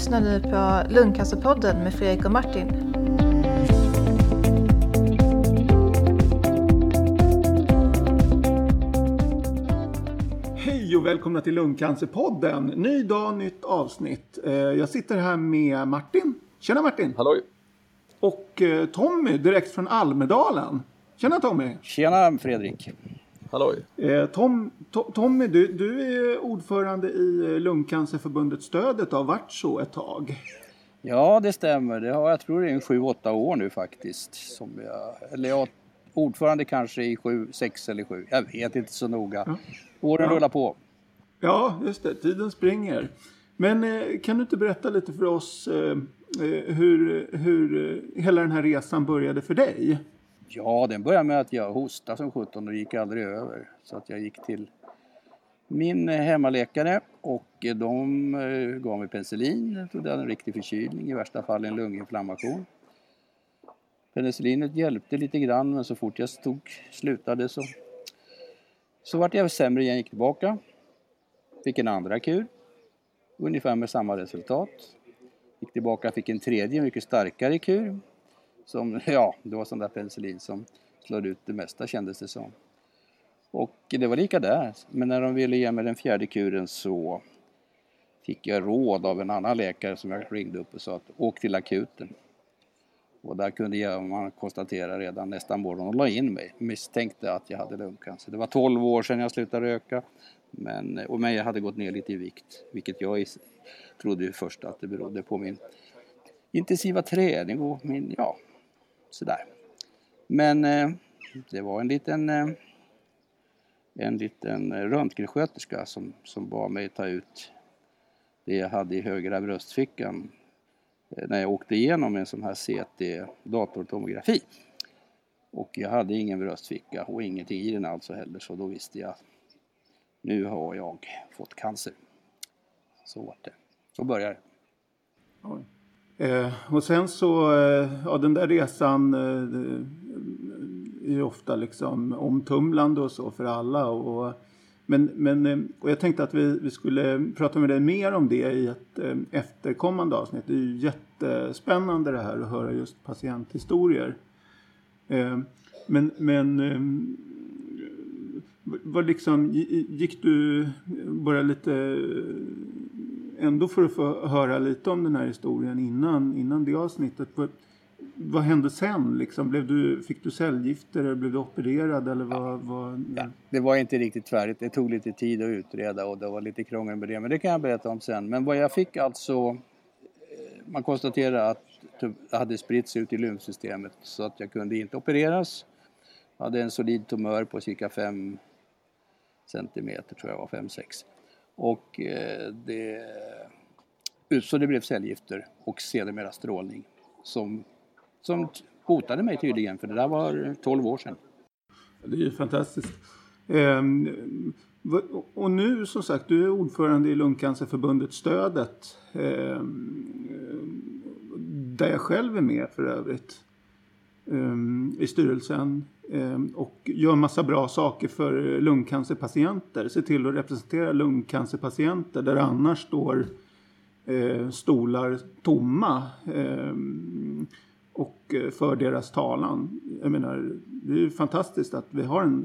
lyssnar nu på Lungcancerpodden med Fredrik och Martin. Hej och välkomna till Lungcancerpodden. Ny dag, nytt avsnitt. Jag sitter här med Martin. Tjena Martin. Halloj. Och Tommy direkt från Almedalen. Tjena Tommy. Tjena Fredrik. Halloj. Tommy, du är ordförande i Lungcancerförbundet Stödet och har varit så ett tag. Ja, det stämmer. Det har jag tror det är 7-8 år nu faktiskt. Ordförande kanske i 6 eller 7. Jag vet inte så noga. Ja. Åren rullar på. Ja, just det. Tiden springer. Men kan du inte berätta lite för oss hur hela den här resan började för dig? Ja, den började med att jag hostade som 17 och gick aldrig över. Så att jag gick till min hemmaläkare och de gav mig penicillin. Det hade en riktig förkylning, i värsta fall en lunginflammation. Penicillinet hjälpte lite grann, men så fort jag slutade så vart jag sämre igen, gick tillbaka. Fick en andra kur, ungefär med samma resultat. Gick tillbaka, fick en tredje, mycket starkare kur. Det var sån där penicillin som slår ut det mesta, kändes det som. Och det var lika där. Men när de ville ge mig den fjärde kuren så fick jag råd av en annan läkare som jag ringde upp och sa att åk till akuten. Och där kunde man konstatera redan nästa morgon och la in mig. Misstänkte att jag hade lungcancer. Det var 12 år sedan jag slutade röka. Men jag hade gått ner lite i vikt. Vilket jag trodde först att det berodde på min intensiva träning och sådär. Men det var en liten röntgensköterska som bad mig ta ut det jag hade i högra bröstfickan när jag åkte igenom en sån här CT-datortomografi. Och jag hade ingen bröstficka och ingenting i den alltså heller, så då visste jag att nu har jag fått cancer. Så var det. Så började det. Och sen så, den där resan är ju ofta liksom omtumlande och så för alla. Men jag tänkte att vi skulle prata med dig mer om det i ett efterkommande avsnitt. Det är ju jättespännande det här att höra just patienthistorier. Men vad liksom, gick du bara lite ändå för att få höra lite om den här historien innan det avsnittet? Vad hände sen? Liksom? Fick du cellgifter eller blev du opererad? Eller Ja, det var inte riktigt färdigt. Det tog lite tid att utreda och det var lite krångel med det. Men det kan jag berätta om sen. Men vad jag fick alltså, man konstaterade att det hade spritts ut i lymfsystemet så att jag kunde inte opereras. Jag hade en solid tumör på cirka 5 centimeter, tror jag var 5-6. Och så det blev cellgifter och sedermera strålning som hotade mig tydligen, för det där var 12 år sedan. Det är ju fantastiskt. Och nu som sagt, du är ordförande i Lungcancerförbundet Stödet. Där jag själv är med för övrigt. I styrelsen. Och gör massa bra saker för lungcancerpatienter. Se till att representera lungcancerpatienter där annars står stolar tomma. Och för deras talan. Jag menar, det är ju fantastiskt att vi har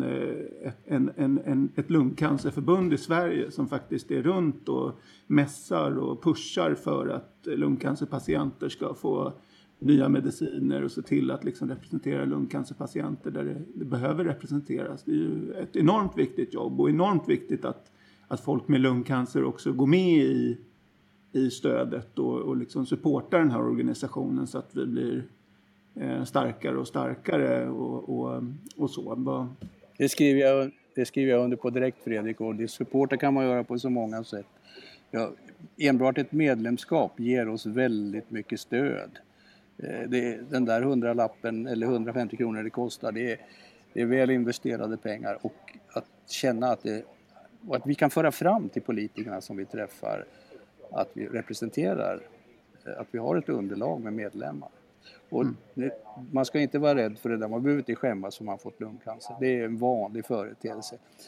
ett lungcancerförbund i Sverige som faktiskt är runt och mässar och pushar för att lungcancerpatienter ska få nya mediciner och se till att liksom representera lungcancerpatienter där det behöver representeras. Det är ju ett enormt viktigt jobb och enormt viktigt att folk med lungcancer också går med i stödet och liksom supportar den här organisationen så att vi blir starkare och starkare och så. Det skriver jag under på direkt, Fredrik, och det supporter kan man göra på så många sätt. Ja, enbart ett medlemskap ger oss väldigt mycket stöd. Den där 100-lappen eller 150 kronor det kostar, det är väl investerade pengar, och att känna att vi kan föra fram till politikerna som vi träffar att vi representerar, att vi har ett underlag med medlemmar. Och man ska inte vara rädd för det där, man behöver inte skämmas om man fått lungcancer. Det är en vanlig företeelse.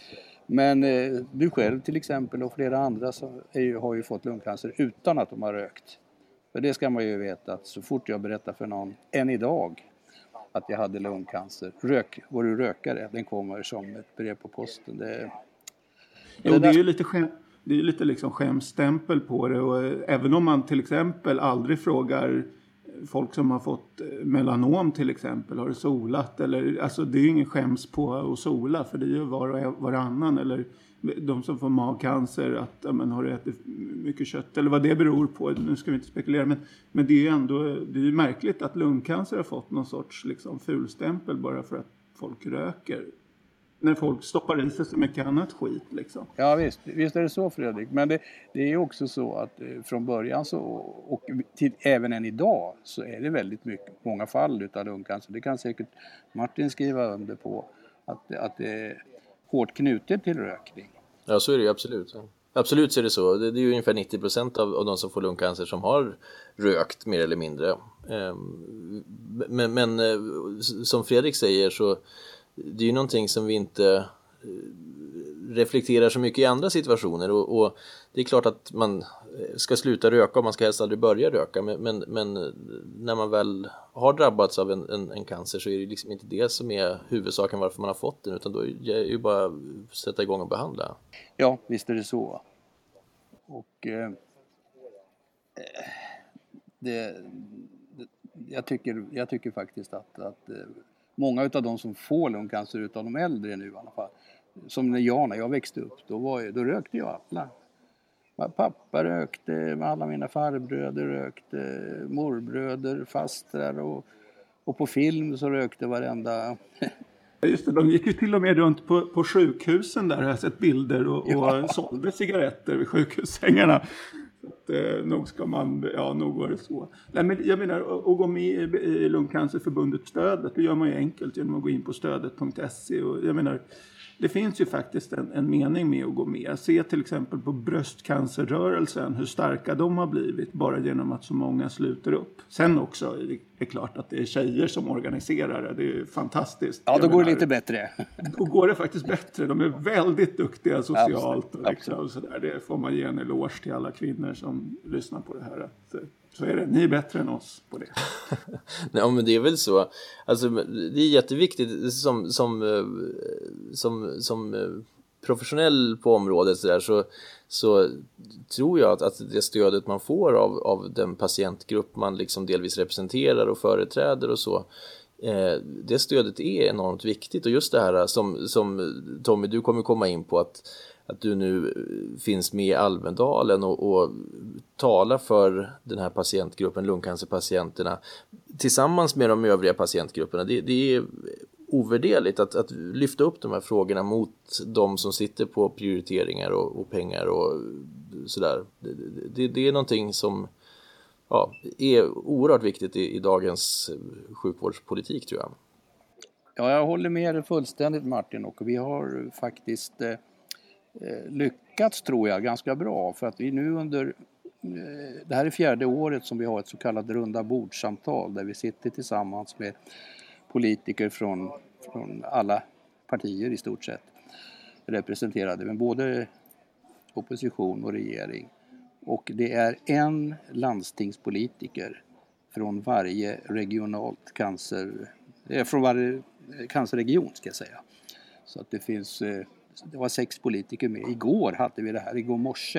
Men du själv till exempel och flera andra har ju fått lungcancer utan att de har rökt. För det ska man ju veta att så fort jag berättar för någon, än idag, att jag hade lungcancer. Var du rökare? Den kommer som ett brev på posten. Det är ju lite liksom skämstämpel på det. Och även om man till exempel aldrig frågar folk som har fått melanom till exempel, har du solat? Eller, alltså det är ju ingen skäms på att sola, för det är ju varannan. Eller de som får magcancer, att har du ätit mycket kött eller vad det beror på, nu ska vi inte spekulera, men det är ju ändå, det är ju märkligt att lungcancer har fått någon sorts liksom fulstämpel bara för att folk röker, när folk stoppar i sig så mycket annat skit liksom. Ja visst är det så, Fredrik, men det är ju också så att från början så, och även än idag, så är det väldigt många fall utav lungcancer. Det kan säkert Martin skriva under på, att det är hårt knutet till rökning. Ja, så är det ju absolut. Absolut så är det så. Det är ju ungefär 90% av de som får lungcancer som har rökt mer eller mindre. Men som Fredrik säger, så det är ju någonting som vi inte reflekterar så mycket i andra situationer. Och det är klart att man ska sluta röka och man ska helst aldrig börja röka. Men när man väl har drabbats av en cancer, så är det liksom inte det som är huvudsaken varför man har fått den. Utan då är det ju bara att sätta igång och behandla. Ja, visst är det så. Och jag tycker faktiskt att många av de som får lungcancer, utav de äldre nu i alla fall, som när jag växte upp, då rökte jag alla. Pappa rökte, alla mina farbröder rökte, morbröder, fastrar och på film så rökte varenda. Just det, de gick ju till och med runt på sjukhusen där, jag har sett bilder och sålde cigaretter vid sjukhussängarna. Nog ska man, nog var det så. Nej, men jag menar, att gå med i Lungcancerförbundet stödet, det gör man ju enkelt genom att gå in på stödet.se. Och jag menar, det finns ju faktiskt en mening med att gå med. Se till exempel på bröstcancerrörelsen, hur starka de har blivit bara genom att så många sluter upp. Sen också är det klart att det är tjejer som organiserar det. Det är fantastiskt. Ja, då går det lite bättre. Då går det faktiskt bättre. De är väldigt duktiga socialt. Och sådär. Det får man ge en eloge till alla kvinnor som lyssnar på det här. Så är det. Ni är bättre än oss på det. Nej, men det är väl så. Alltså, det är jätteviktigt som professionell på området så tror jag att det stödet man får av den patientgrupp man liksom delvis representerar och företräder och så, det stödet är enormt viktigt. Och just det här som Tommy, du kommer komma in på, att du nu finns med i Almedalen och talar för den här patientgruppen, lungcancerpatienterna, tillsammans med de övriga patientgrupperna. Det är ovärderligt att lyfta upp de här frågorna mot de som sitter på prioriteringar och pengar och sådär. Det är någonting som är oerhört viktigt i dagens sjukvårdspolitik, tror jag. Ja, jag håller med dig fullständigt, Martin, och vi har faktiskt lyckats, tror jag, ganska bra, för att vi nu det här är 4:e året som vi har ett så kallat runda bordssamtal där vi sitter tillsammans med politiker från alla partier i stort sett representerade, men både opposition och regering. Och det är en landstingspolitiker från varje från varje cancerregion, ska jag säga. Så att det var 6 politiker med. Igår hade vi det här, igår morse.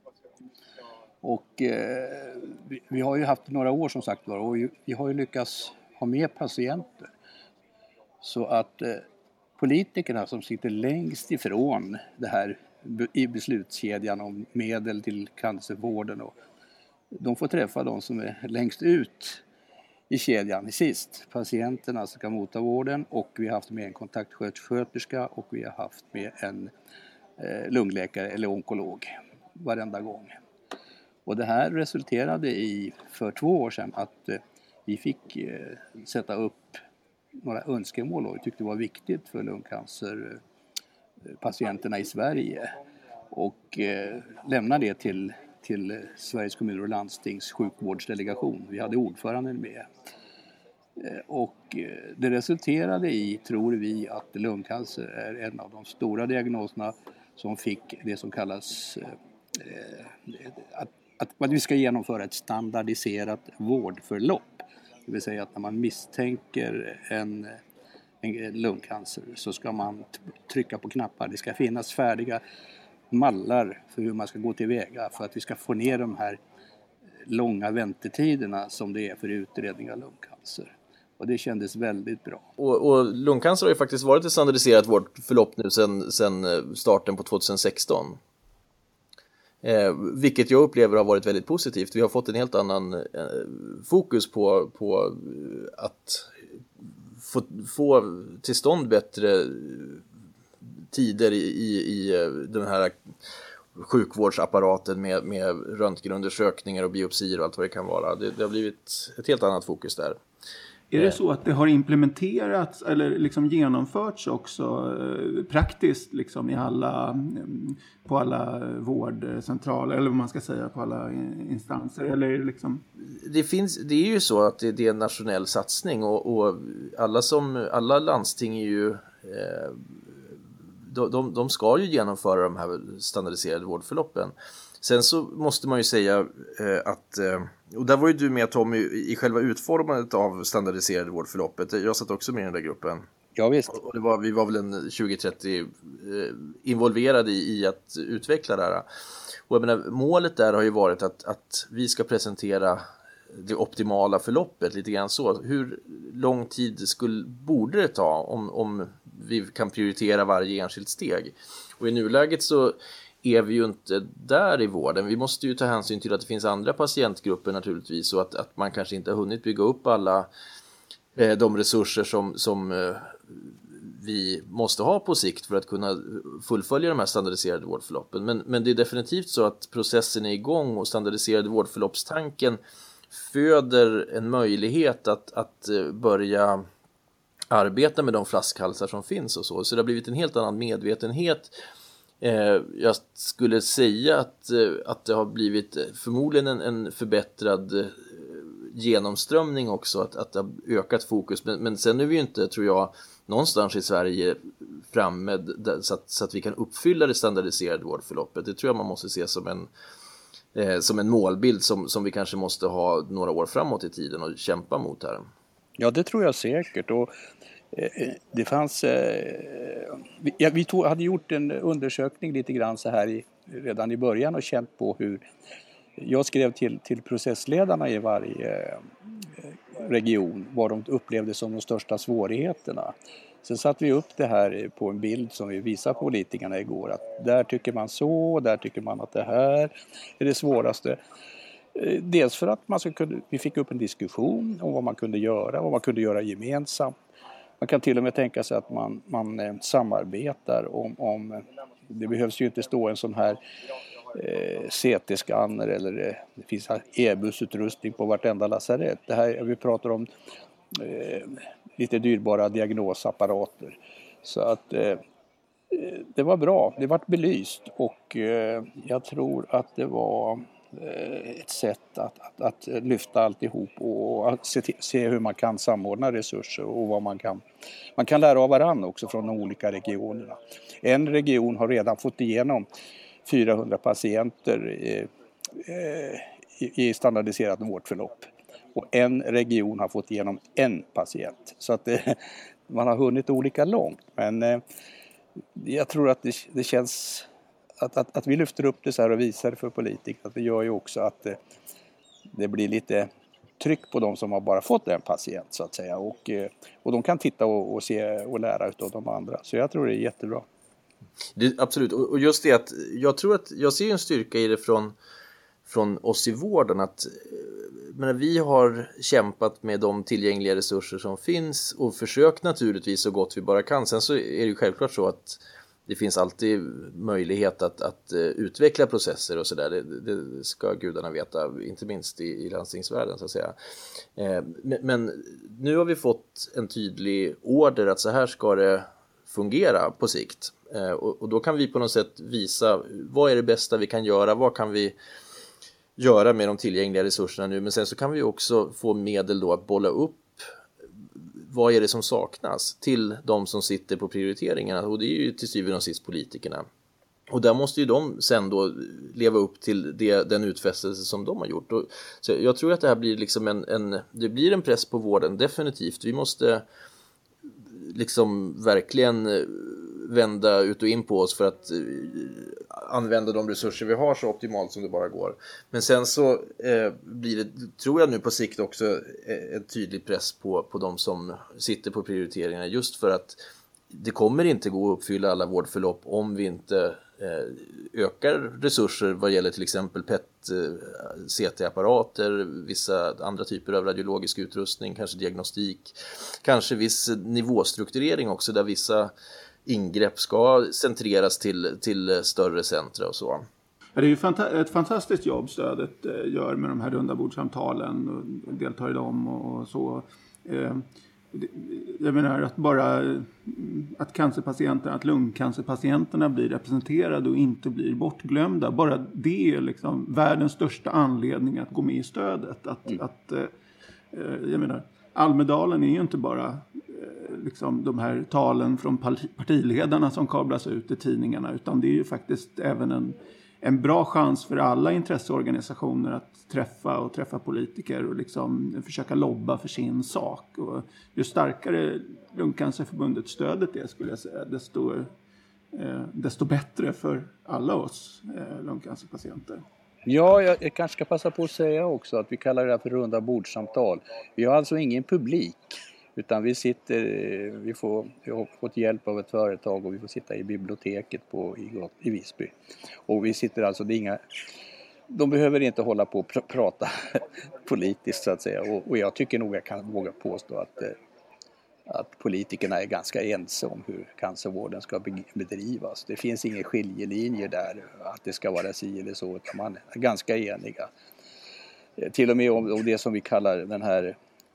Och vi har ju haft några år som sagt var, och vi har ju lyckats ha med patienter. Så att politikerna som sitter längst ifrån det här i beslutskedjan om medel till cancervården, och de får träffa de som är längst ut i kedjan sist. Patienterna ska motta vården, och vi har haft med en kontaktsköterska och vi har haft med en lungläkare eller onkolog varenda gång. Och det här resulterade för 2 år sedan att vi fick sätta upp några önskemål, och vi tyckte det var viktigt för lungcancerpatienterna i Sverige, och lämna det till Sveriges kommuner och landstings sjukvårdsdelegation. Vi hade ordföranden med. Och det resulterade i, tror vi, att lungcancer är en av de stora diagnoserna som fick det som kallas att vi ska genomföra ett standardiserat vårdförlopp. Det vill säga att när man misstänker en lungcancer så ska man trycka på knappar. Det ska finnas färdiga mallar för hur man ska gå tillväga för att vi ska få ner de här långa väntetiderna som det är för utredning av lungcancer. Och det kändes väldigt bra. Och lungcancer har ju faktiskt varit ett standardiserat vårdförlopp nu sedan starten på 2016. Vilket jag upplever har varit väldigt positivt. Vi har fått en helt annan fokus på att få till stånd bättre tider i den här sjukvårdsapparaten med röntgenundersökningar och biopsier och allt vad det kan vara. Det har blivit ett helt annat fokus där. Är det så att det har implementerats eller liksom genomförts också praktiskt liksom på alla vårdcentraler eller vad man ska säga, på alla instanser? Eller liksom... Det är ju så att det är en nationell satsning och alla landsting är ju de ska ju genomföra de här standardiserade vårdförloppen. Sen så måste man ju säga att, och där var ju du med Tommy i själva utformandet av standardiserade vårdförloppet. Jag satt också med i den där gruppen. Ja, visst. Och vi var väl en 20-30 involverade i att utveckla det här. Och jag menar, målet där har ju varit att vi ska presentera det optimala förloppet lite grann så. Hur lång tid borde det ta om vi kan prioritera varje enskilt steg? Och i nuläget så är vi ju inte där i vården. Vi måste ju ta hänsyn till att det finns andra patientgrupper naturligtvis och att man kanske inte har hunnit bygga upp alla de resurser som vi måste ha på sikt för att kunna fullfölja de här standardiserade vårdförloppen. Men det är definitivt så att processen är igång och standardiserade vårdförloppstanken föder en möjlighet att börja arbeta med de flaskhalsar som finns och så. Så det har blivit en helt annan medvetenhet. Jag skulle säga att det har blivit förmodligen en förbättrad genomströmning också, att det har ökat fokus. Men sen är vi ju inte, tror jag, någonstans i Sverige framme så att vi kan uppfylla det standardiserade vårdförloppet. Det tror jag man måste se som en målbild som vi kanske måste ha några år framåt i tiden och kämpa mot här. Ja, det tror jag säkert. Och det fanns... Vi hade gjort en undersökning lite grann så här redan i början och känt på hur... Jag skrev till processledarna i varje region vad de upplevde som de största svårigheterna. Sen satte vi upp det här på en bild som vi visade politikerna igår. Att där tycker man så, där tycker man att det här är det svåraste. Dels för att vi fick upp en diskussion om vad man kunde göra gemensamt. Man kan till och med tänka sig att man samarbetar om det behövs ju inte stå en sån här CT-skanner eller det finns e-bussutrustning på vartenda lasarett. Det här vi pratar om lite dyrbara diagnosapparater. Så att det var bra, det var belyst och jag tror att det var ett sätt att lyfta alltihop och att se hur man kan samordna resurser och vad man kan lära av varandra också från de olika regionerna. En region har redan fått igenom 400 patienter i standardiserat vårdförlopp och en region har fått igenom en patient. Så att man har hunnit olika långt, men jag tror att det känns att vi lyfter upp det så här och visar för politiker att det gör ju också att det blir lite tryck på de som har bara fått en patient så att säga och de kan titta och se och lära utav de andra. Så jag tror det är jättebra. Absolut, och just det att jag ser en styrka i det från oss i vården att vi har kämpat med de tillgängliga resurser som finns och försökt naturligtvis så gott vi bara kan. Sen så är det ju självklart så att det finns alltid möjlighet att utveckla processer och sådär. Det ska gudarna veta, inte minst i landstingsvärlden så att säga. Men nu har vi fått en tydlig order att så här ska det fungera på sikt. Och då kan vi på något sätt visa vad är det bästa vi kan göra, vad kan vi göra med de tillgängliga resurserna nu. Men sen så kan vi också få medel då att bolla upp vad är det som saknas till de som sitter på prioriteringarna, och det är ju till syvende och sist politikerna. Och där måste ju de sen då leva upp till den utfästelse som de har gjort. Så jag tror att det här blir liksom det blir en press på vården, definitivt. Vi måste liksom verkligen vända ut och in på oss för att använda de resurser vi har så optimalt som det bara går. Men sen så blir det, tror jag nu på sikt också, en tydlig press på de som sitter på prioriteringarna, just för att det kommer inte gå att uppfylla alla vårdförlopp om vi inte ökar resurser vad gäller till exempel PET-CT-apparater, vissa andra typer av radiologisk utrustning, kanske diagnostik, kanske viss nivåstrukturering också, där vissa ingrepp ska centreras till större centra och så. Ja, det är ju ett fantastiskt jobb stödet gör med de här rundabordssamtalen och deltar i dem och så. Jag menar att lungcancerpatienterna blir representerade och inte blir bortglömda. Bara det är liksom världens största anledning att gå med i stödet. Jag menar, Almedalen är ju inte bara liksom de här talen från partiledarna som kablas ut i tidningarna, utan det är ju faktiskt även en bra chans för alla intresseorganisationer att träffa politiker och liksom försöka lobba för sin sak. Och ju starkare Lungcancerförbundets stödet är, skulle jag säga, desto bättre för alla oss lungcancerpatienter. Ja, jag kanske ska passa på att säga också att vi kallar det för runda bordssamtal. Vi har alltså ingen publik, utan vi har fått hjälp av ett företag och vi får sitta i biblioteket i Visby. Och vi sitter alltså, de behöver inte hålla på och prata politiskt så att säga. Och jag tycker nog jag kan våga påstå att politikerna är ganska ense om hur cancervården ska bedrivas. Det finns ingen skiljelinjer där, att det ska vara si eller så, utan man är ganska eniga. Till och med om det som vi kallar den här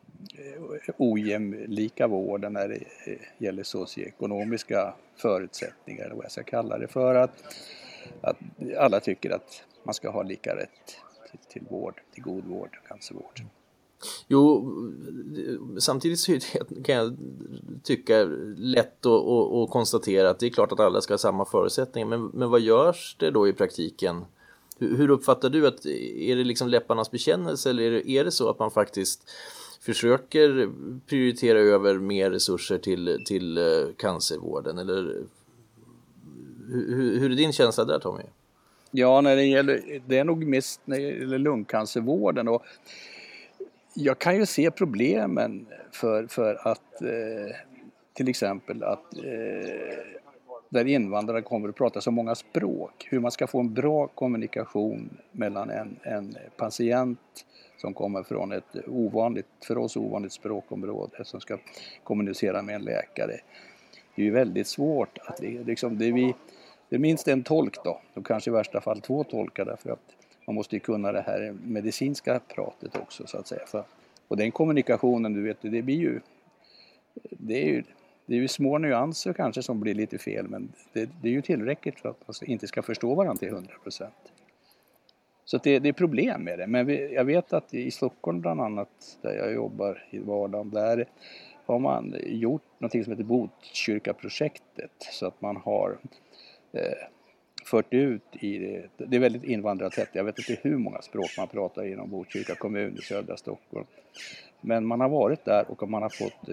ojämlika vården när det gäller socioekonomiska förutsättningar, eller vad jag ska kalla det, för att alla tycker att man ska ha lika rätt till god vård, cancervård. Jo, samtidigt så kan jag tycka lätt att konstatera att det är klart att alla ska ha samma förutsättningar, men vad görs det då i praktiken? Hur uppfattar du att, är det liksom läpparnas bekännelse, eller är det så att man faktiskt försöker prioritera över mer resurser till cancervården, eller hur är din känsla där, Tommy? Ja, det är nog mest när det gäller lungcancervården, och jag kan ju se problemen för att till exempel att där invandrare kommer att prata så många språk, hur man ska få en bra kommunikation mellan en patient som kommer från ett för oss ovanligt språkområde som ska kommunicera med en läkare. Det är ju väldigt svårt att det är minst en tolk då kanske i värsta fall 2 tolkar, därför att man måste ju kunna det här medicinska pratet också så att säga. Och den kommunikationen, du vet, det är ju små nyanser kanske som blir lite fel, men det är ju tillräckligt för att man inte ska förstå varandra till 100%. Så att det är problem med det. Men jag vet att i Stockholm bland annat, där jag jobbar i vardagen, där har man gjort något som heter Botkyrka-projektet, så att man har fört ut det är väldigt invandrartätt. Jag vet inte hur många språk man pratar inom Botkyrka kommun i södra Stockholm. Men man har varit där och man har fått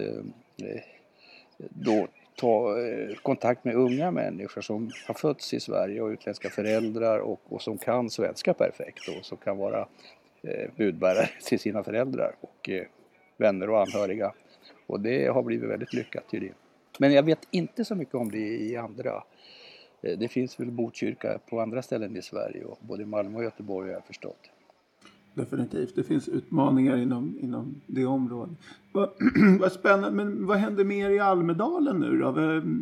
då ta kontakt med unga människor som har fötts i Sverige och utländska föräldrar och som kan svenska perfekt och som kan vara budbärare till sina föräldrar och vänner och anhöriga. Och det har blivit väldigt lyckat tydligen. Men jag vet inte så mycket om det i andra. Det finns väl Botkyrka på andra ställen i Sverige, och både Malmö och Göteborg har jag förstått. Definitivt, det finns utmaningar inom det området. Vad spännande, men vad händer mer i Almedalen nu då?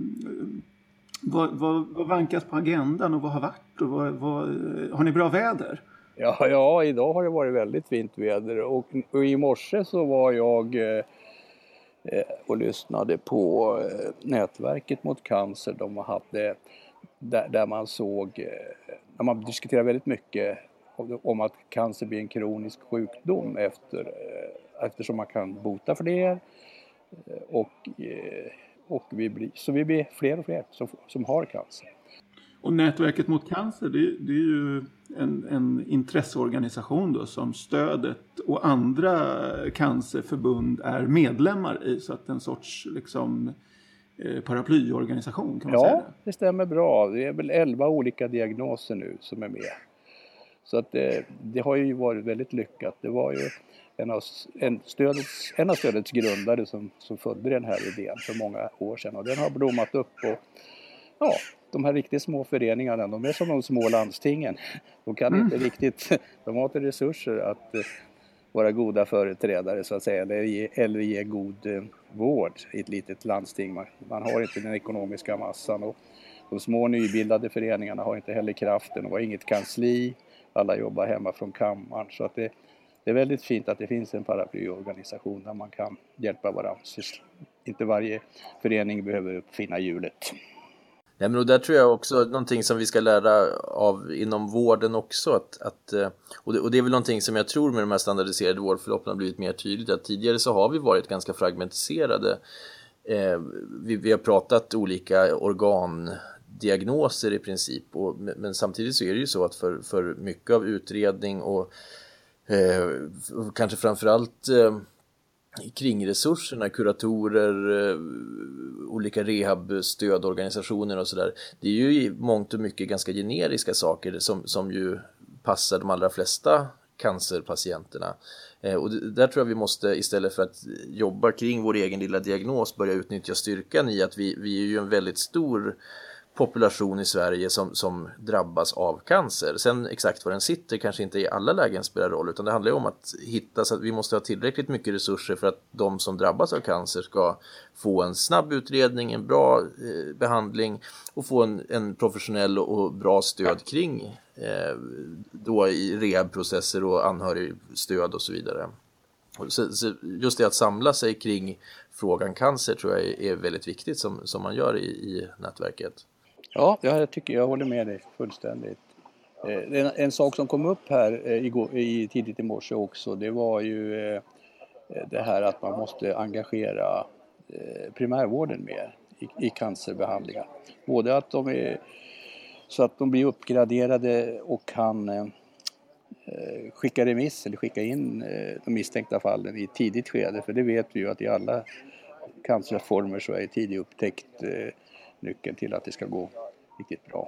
Vad vankas på agendan och vad har varit? Och har ni bra väder? Ja, idag har det varit väldigt fint väder, och i morse så var jag och lyssnade på nätverket mot cancer. De hade där man diskuterar väldigt mycket om att cancer blir en kronisk sjukdom eftersom man kan bota för det. Och vi blir fler och fler som har cancer. Och Nätverket mot cancer, det är ju en intresseorganisation då, som Stödet och andra cancerförbund är medlemmar i, så att en sorts liksom paraplyorganisation, kan man säga det? Ja, det stämmer bra. Det är väl 11 olika diagnoser nu som är med. Så att det har ju varit väldigt lyckat. Det var ju en av stödets grundare som födde den här idén för många år sedan. Och den har blommat upp, och ja, de här riktigt små föreningarna, de är som de små landstingen. De kan inte riktigt, de har inte resurser att vara goda företrädare så att säga, eller ge god vård i ett litet landsting. Man har inte den ekonomiska massan, och de små nybildade föreningarna har inte heller kraften och har inget kansli. Alla jobbar hemma från kammaren, så att det är väldigt fint att det finns en paraplyorganisation där man kan hjälpa varandra. Så inte varje förening behöver uppfinna hjulet. Nej, men och där tror jag också någonting som vi ska lära av inom vården också, och det är väl någonting som jag tror med de här standardiserade vårdförloppen har blivit mer tydligt, att tidigare så har vi varit ganska fragmentiserade. Vi har pratat olika organdiagnoser i princip, men samtidigt så är det ju så att för mycket av utredning och kanske framförallt kring resurserna, kuratorer, olika rehabstödorganisationer och sådär. Det är ju i mångt och mycket ganska generiska saker som ju passar de allra flesta cancerpatienterna. Och där tror jag vi måste, istället för att jobba kring vår egen lilla diagnos, börja utnyttja styrkan i att vi är ju en väldigt stor population i Sverige som drabbas av cancer. Sen exakt var den sitter kanske inte i alla lägen spelar roll, utan det handlar ju om att hitta, så att vi måste ha tillräckligt mycket resurser för att de som drabbas av cancer ska få en snabb utredning, en bra behandling och få en professionell och bra stöd kring då i rehabprocesser och anhörigstöd och så vidare. Så just det att samla sig kring frågan cancer tror jag är väldigt viktigt som man gör i nätverket. Ja, jag håller med dig fullständigt. En sak som kom upp här tidigt i morse också, det var ju det här att man måste engagera primärvården mer i cancerbehandlingar. Både att så att de blir uppgraderade och kan skicka remiss eller skicka in de misstänkta fallen i tidigt skede. För det vet vi ju att i alla cancerformer så är tidig upptäckt nyckeln till att det ska gå riktigt bra.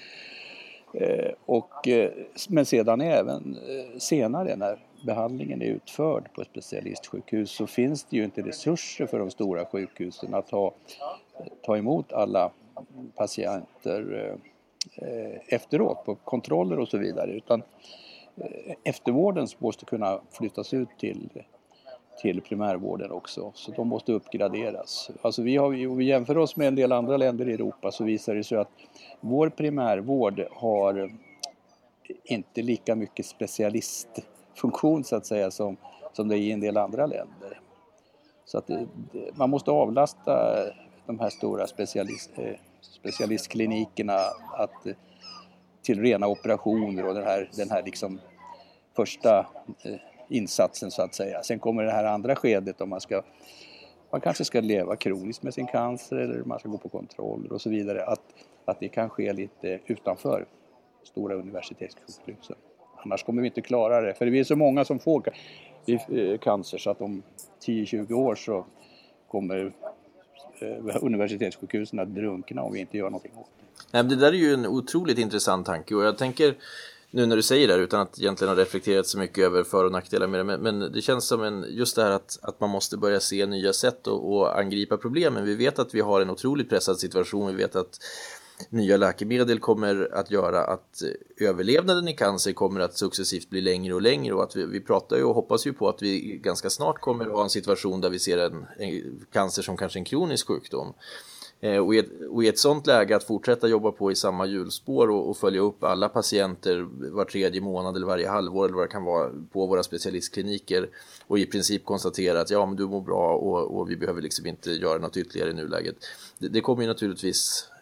Men sedan även senare när behandlingen är utförd på ett specialistsjukhus så finns det ju inte resurser för de stora sjukhusen att ta emot alla patienter efteråt på kontroller och så vidare, utan eftervården måste kunna flyttas ut till primärvården också, så de måste uppgraderas. Alltså vi jämför oss med en del andra länder i Europa, så visar det sig att vår primärvård har inte lika mycket specialistfunktion så att säga som det är i en del andra länder. Så att man måste avlasta de här stora specialistklinikerna till rena operationer och den här liksom första insatsen så att säga. Sen kommer det här andra skedet om man kanske ska leva kroniskt med sin cancer eller man ska gå på kontroller och så vidare, att det kan ske lite utanför stora universitetssjukhusen. Annars kommer vi inte klara det, för det är så många som får cancer så att om 10-20 år så kommer universitetssjukhusen att drunkna om vi inte gör någonting åt det. Nej, det där är ju en otroligt intressant tanke, och jag tänker nu när du säger det, utan att egentligen ha reflekterat så mycket över för- och nackdelar med det, men det känns som just det här att man måste börja se nya sätt och angripa problemen. Vi vet att vi har en otroligt pressad situation, vi vet att nya läkemedel kommer att göra att överlevnaden i cancer kommer att successivt bli längre och längre, och att vi pratar ju och hoppas ju på att vi ganska snart kommer att ha en situation där vi ser en cancer som kanske en kronisk sjukdom. Och i ett sånt läge att fortsätta jobba på i samma hjulspår och följa upp alla patienter var 3:e månad eller varje halvår eller vad det kan vara på våra specialistkliniker och i princip konstatera att ja, men du mår bra och vi behöver liksom inte göra något ytterligare i nuläget. Det kommer ju naturligtvis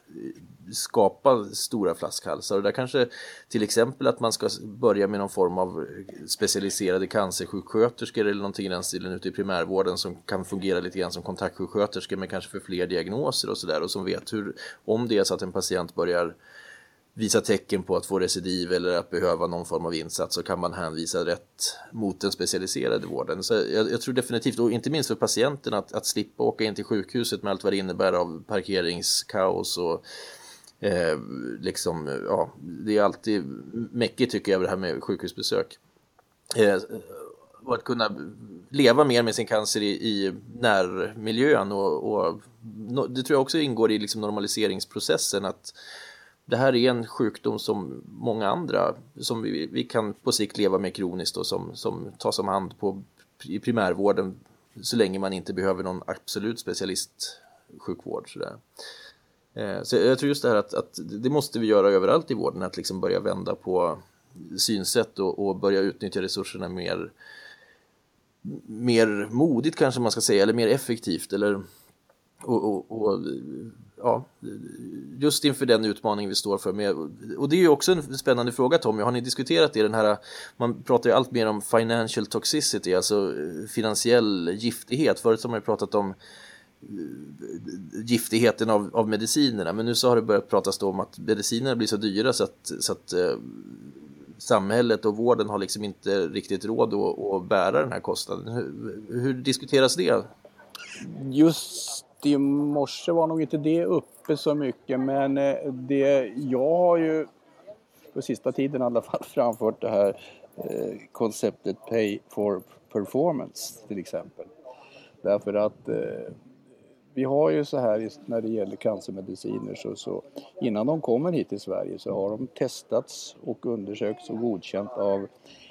skapa stora flaskhalsar. Och där kanske till exempel att man ska börja med någon form av specialiserade cancersjuksköterskor eller någonting i den stilen ute i primärvården som kan fungera lite grann som kontaktsjuksköterskor men kanske för fler diagnoser och sådär, och som vet hur, om det är så att en patient börjar visa tecken på att få recidiv eller att behöva någon form av insats, så kan man hänvisa rätt mot den specialiserade vården. Så jag tror definitivt, och inte minst för patienten, att slippa åka in till sjukhuset med allt vad det innebär av parkeringskaos och liksom, ja, det är alltid mäckigt tycker jag det här med sjukhusbesök. Och att kunna leva mer med sin cancer i närmiljön och det tror jag också ingår i liksom normaliseringsprocessen, att det här är en sjukdom som många andra som vi kan på sikt leva med kroniskt och som tas om hand i primärvården så länge man inte behöver någon absolut specialistsjukvård. Så jag tror just det här att det måste vi göra överallt i vården, att liksom börja vända på synsätt och börja utnyttja resurserna mer modigt kanske man ska säga, eller mer effektivt, eller ja, just inför den utmaning vi står för med. Och det är ju också en spännande fråga, Tommy, har ni diskuterat det, den här, man pratar ju allt mer om financial toxicity, alltså finansiell giftighet. Förut har man ju pratat om giftigheten av medicinerna, men nu så har det börjat pratas om att medicinerna blir så dyra så att samhället och vården har liksom inte riktigt råd att bära den här kostnaden. Hur diskuteras det? Just i morse var nog inte det uppe så mycket, men jag har ju på sista tiden i alla fall framfört det här konceptet pay for performance till exempel. Därför att vi har ju så här när det gäller cancermediciner så innan de kommer hit till Sverige så har de testats och undersökts och godkänt av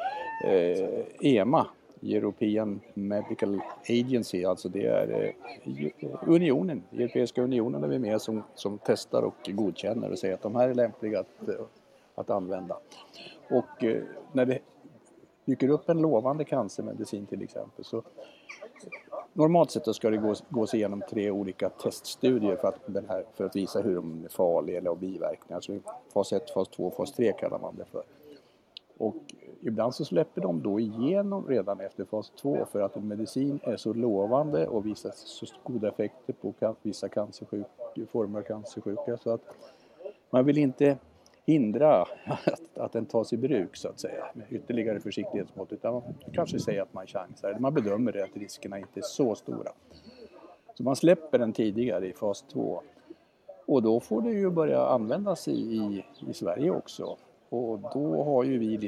EMA, European Medical Agency, alltså det är unionen, Europeiska unionen är vi med som testar och godkänner och säger att de här är lämpliga att använda. Och när det dyker upp en lovande cancermedicin till exempel, så normalt sett ska det gås igenom 3 olika teststudier för att visa hur de är farliga eller av biverkningar. Så fas 1, fas 2, fas 3 kallar man det för. Och ibland så släpper de då igenom redan efter fas 2 för att en medicin är så lovande och visar så goda effekter på vissa former av cancersjuka, så att man vill inte hindra att den tas i bruk så att säga med ytterligare försiktighetsmått, utan man kanske säger att man chansar, man bedömer det att riskerna inte är så stora. Så man släpper den tidigare i fas 2 och då får det ju börja användas i Sverige också. Och då har ju vi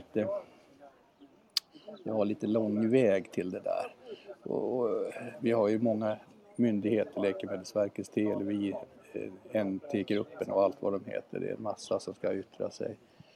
lite lång väg till det där. Och vi har ju många myndigheter, Läkemedelsverket, TLV, NT-gruppen och allt vad de heter. Det är en massa som ska yttra sig.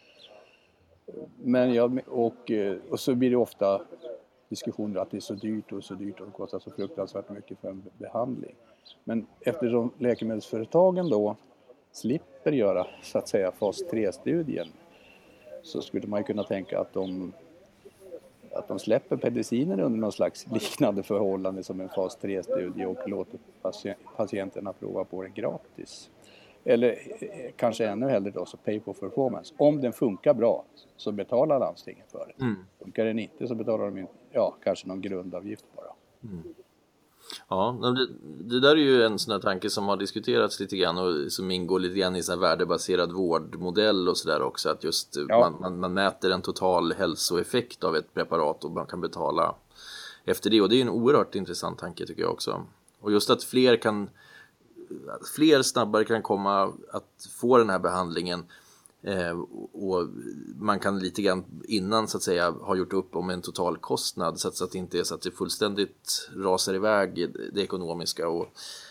Men och så blir det ofta diskussioner att det är så dyrt och det kostar så fruktansvärt mycket för en behandling. Men eftersom läkemedelsföretagen då slipper göra så att säga fas 3-studien, så skulle man ju kunna tänka att de släpper mediciner under någon slags liknande förhållande som en fas 3-studie och låter patienterna prova på den gratis. Eller kanske ännu hellre då så pay for performance. Om den funkar bra så betalar landstingen för det. Funkar den inte så betalar de kanske någon grundavgift bara. Ja, det där är ju en sån här tanke som har diskuterats lite grann och som ingår lite grann i sån här värdebaserad vårdmodell och sådär också, att just man mäter en total hälsoeffekt av ett preparat och man kan betala efter det, och det är en oerhört intressant tanke tycker jag också. Och just att fler snabbare kan komma att få den här behandlingen och man kan lite grann innan så att säga ha gjort upp om en total kostnad så att det inte är så att det fullständigt rasar iväg det ekonomiska och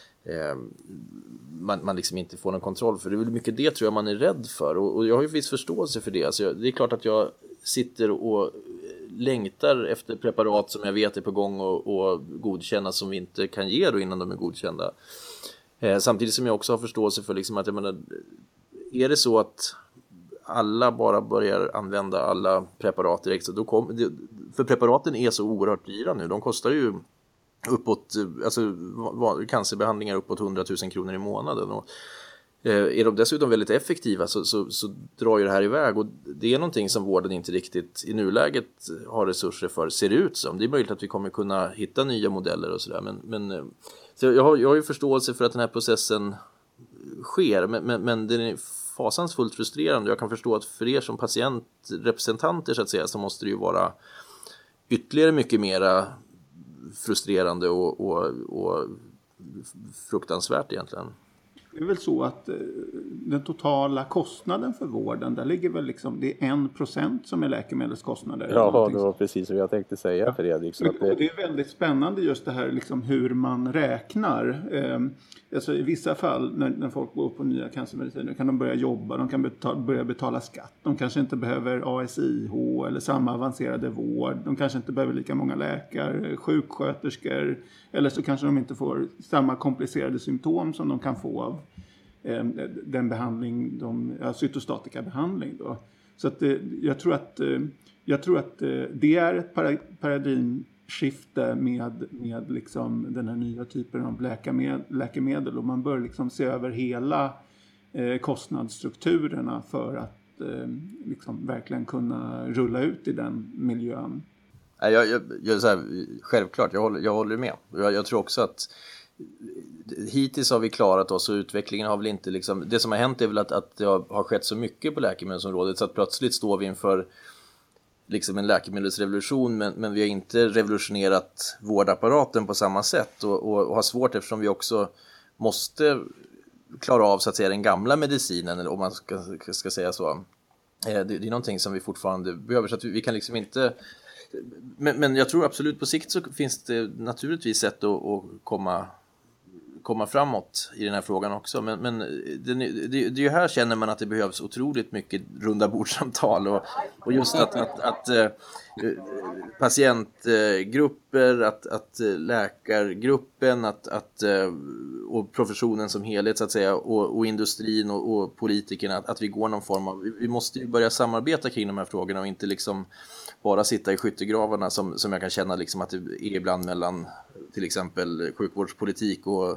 man liksom inte får någon kontroll, för det är väl mycket det tror jag man är rädd för, och jag har ju viss förståelse för det. Alltså det är klart att jag sitter och längtar efter preparat som jag vet är på gång och godkännas som vi inte kan ge då innan de är godkända. Samtidigt som jag också har förståelse för liksom att jag menar, är det så att alla bara börjar använda alla preparat direkt, så då för preparaten är så oerhört dyra nu. De kostar ju uppåt, alltså cancerbehandlingar uppåt 100 000 kronor i månaden, och Är de dessutom väldigt effektiva så drar ju det här iväg, och det är någonting som vården inte riktigt i nuläget har resurser för, ser det ut som. Det är möjligt att vi kommer kunna hitta nya modeller och sådär, men så jag har ju förståelse för att den här processen sker, men den är fasansfullt frustrerande. Jag kan förstå att för er som patientrepresentanter så att säga, så måste det ju vara ytterligare mycket mera frustrerande och fruktansvärt egentligen. Det är väl så att den totala kostnaden för vården, där ligger väl liksom, det är 1% som är läkemedelskostnader. Ja, det var precis vad jag tänkte säga, Fredrik. Så att det är väldigt spännande just det här liksom hur man räknar. Alltså i vissa fall när folk går på nya cancermediciner kan de börja jobba, de kan börja betala skatt. De kanske inte behöver ASIH eller samma avancerade vård. De kanske inte behöver lika många läkare, sjuksköterskor. Eller så kanske de inte får samma komplicerade symptom som de kan få av den behandling, cytostatika behandling då. Så att jag tror att det är ett paradigmskifte med liksom den här nya typen av läkemedel, och man bör liksom se över hela kostnadsstrukturerna för att liksom verkligen kunna rulla ut i den miljön. Jag så här, självklart, jag håller med. Jag tror också att hittills har vi klarat oss, och utvecklingen har väl inte liksom, det som har hänt är väl att det har skett så mycket på läkemedelsområdet så att plötsligt står vi inför liksom en läkemedelsrevolution, men vi har inte revolutionerat vårdapparaten på samma sätt och har svårt, eftersom vi också måste klara av så att säga den gamla medicinen, eller om man ska säga så. Det är någonting som vi fortfarande behöver, så att vi kan liksom inte. Men jag tror absolut på sikt så finns det naturligtvis sätt att komma framåt i den här frågan också. Men det är ju här känner man att det behövs otroligt mycket runda bordsamtal och just att patientgrupper, att läkargruppen, och professionen som helhet så att säga, och industrin och politikerna, att vi går någon form av, vi måste ju börja samarbeta kring de här frågorna och inte liksom bara sitta i skyttegravarna som jag kan känna liksom att det är ibland mellan till exempel sjukvårdspolitik och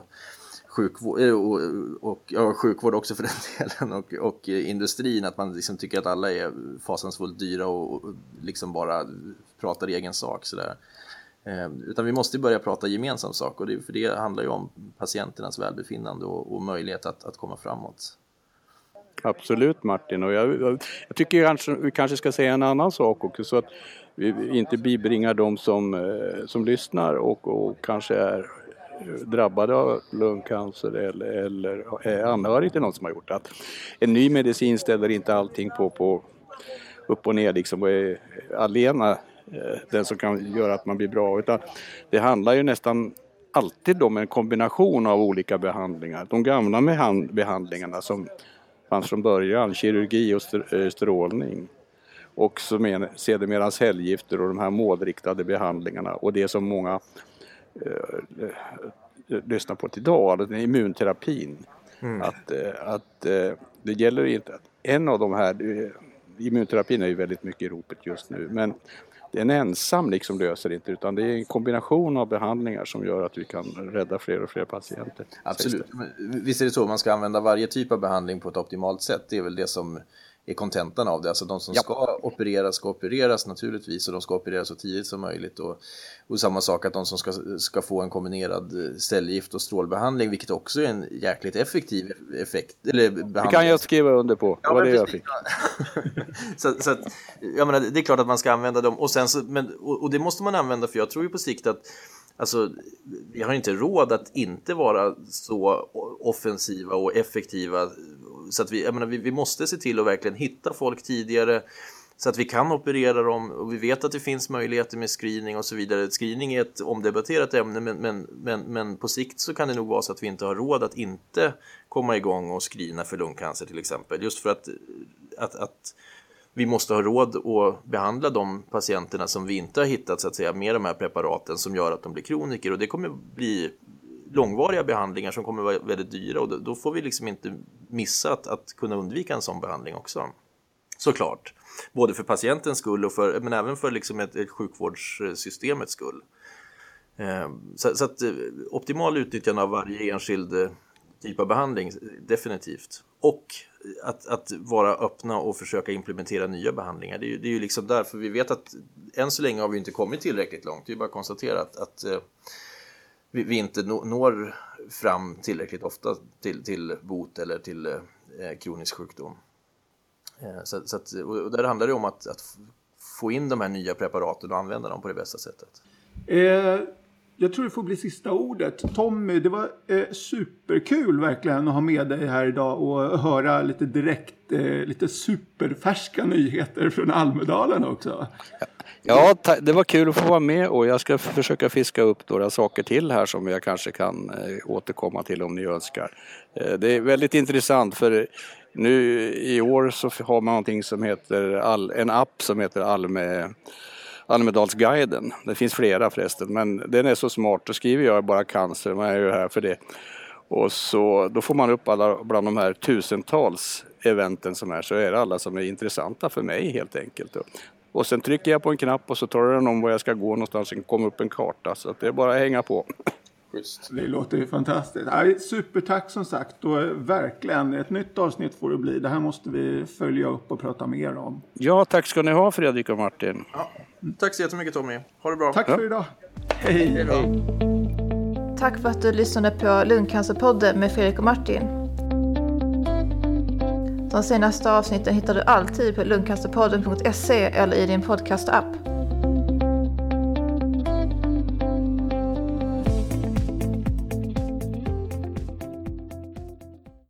sjukvård också för den delen och industrin, att man liksom tycker att alla är fasansfullt dyra och liksom bara pratar egen sak sådär. Utan vi måste börja prata gemensam sak, och för det handlar ju om patienternas välbefinnande och möjlighet att komma framåt. Absolut, Martin, och jag tycker vi kanske ska säga en annan sak också, så att vi inte bibringar de som lyssnar och kanske är drabbade av lungcancer eller är anhörig till någon som har gjort att en ny medicin ställer inte allting på upp och ner liksom, och är alena den som kan göra att man blir bra, utan det handlar ju nästan alltid om en kombination av olika behandlingar. De gamla behandlingarna som fanns från början, kirurgi och strålning, och sedermera cellgifter och de här målriktade behandlingarna, och det som många lyssnar på idag, den immunterapin. Att det gäller inte att en av de här, immunterapin är ju väldigt mycket i ropet just nu, men en ensam liksom löser inte, utan det är en kombination av behandlingar som gör att vi kan rädda fler och fler patienter. Absolut. Visst är det så, man ska använda varje typ av behandling på ett optimalt sätt. Det är väl det som är kontentan av det. Alltså de som ska opereras naturligtvis, och de ska opereras så tidigt som möjligt. Och samma sak att de som ska få en kombinerad cellgift och strålbehandling, vilket också är en jäkligt effektiv effekt. Eller behandling. Det kan jag skriva under på. Ja, det jag fick. så att, jag menar, det är klart att man ska använda dem. Och, sen och det måste man använda, för jag tror ju på sikt att alltså, vi har inte råd att inte vara så offensiva och effektiva. Så att vi måste se till att verkligen hitta folk tidigare så att vi kan operera dem, och vi vet att det finns möjligheter med screening och så vidare. Screening är ett omdebatterat ämne, men på sikt så kan det nog vara så att vi inte har råd att inte komma igång och screena för lungcancer till exempel. Just för att vi måste ha råd att behandla de patienterna som vi inte har hittat så att säga med de här preparaten som gör att de blir kroniker, och det kommer bli långvariga behandlingar som kommer vara väldigt dyra, och då får vi liksom inte missa att kunna undvika en sån behandling också. Såklart. Både för patientens skull men även för liksom ett sjukvårdssystemets skull. Så att optimal utnyttjande av varje enskild typ av behandling, definitivt. Och att vara öppna och försöka implementera nya behandlingar. Det är ju liksom därför vi vet att än så länge har vi inte kommit tillräckligt långt. Det är bara att konstatera att vi inte når fram tillräckligt ofta till bot eller till kronisk sjukdom. Och där handlar det om att få in de här nya preparaten och använda dem på det bästa sättet. Jag tror det får bli sista ordet. Tommy, det var superkul verkligen att ha med dig här idag och höra lite direkt, lite superfärska nyheter från Almedalen också. Ja, det var kul att få vara med och jag ska försöka fiska upp några saker till här som jag kanske kan återkomma till om ni önskar. Det är väldigt intressant för nu i år så har man någonting som heter en app som heter Almedalsguiden. Det finns flera förresten, men den är så smart. Då skriver jag bara cancer, man är ju här för det. Och så då får man upp alla bland de här tusentals eventen som är, så är det alla som är intressanta för mig helt enkelt. Och sen trycker jag på en knapp och så tar den om var jag ska gå någonstans och kommer upp en karta. Så att det är bara att hänga på. Just. Det låter ju fantastiskt. Supertack som sagt. Och verkligen, ett nytt avsnitt får det bli. Det här måste vi följa upp och prata mer om. Ja, tack ska ni ha Fredrik och Martin. Ja. Tack så jättemycket Tommy. Ha det bra. Tack för idag. Hej. Tack för att du lyssnade på Lungcancerpodden med Fredrik och Martin. De senaste avsnitten hittar du alltid på lungcancerpodden.se eller i din podcast-app.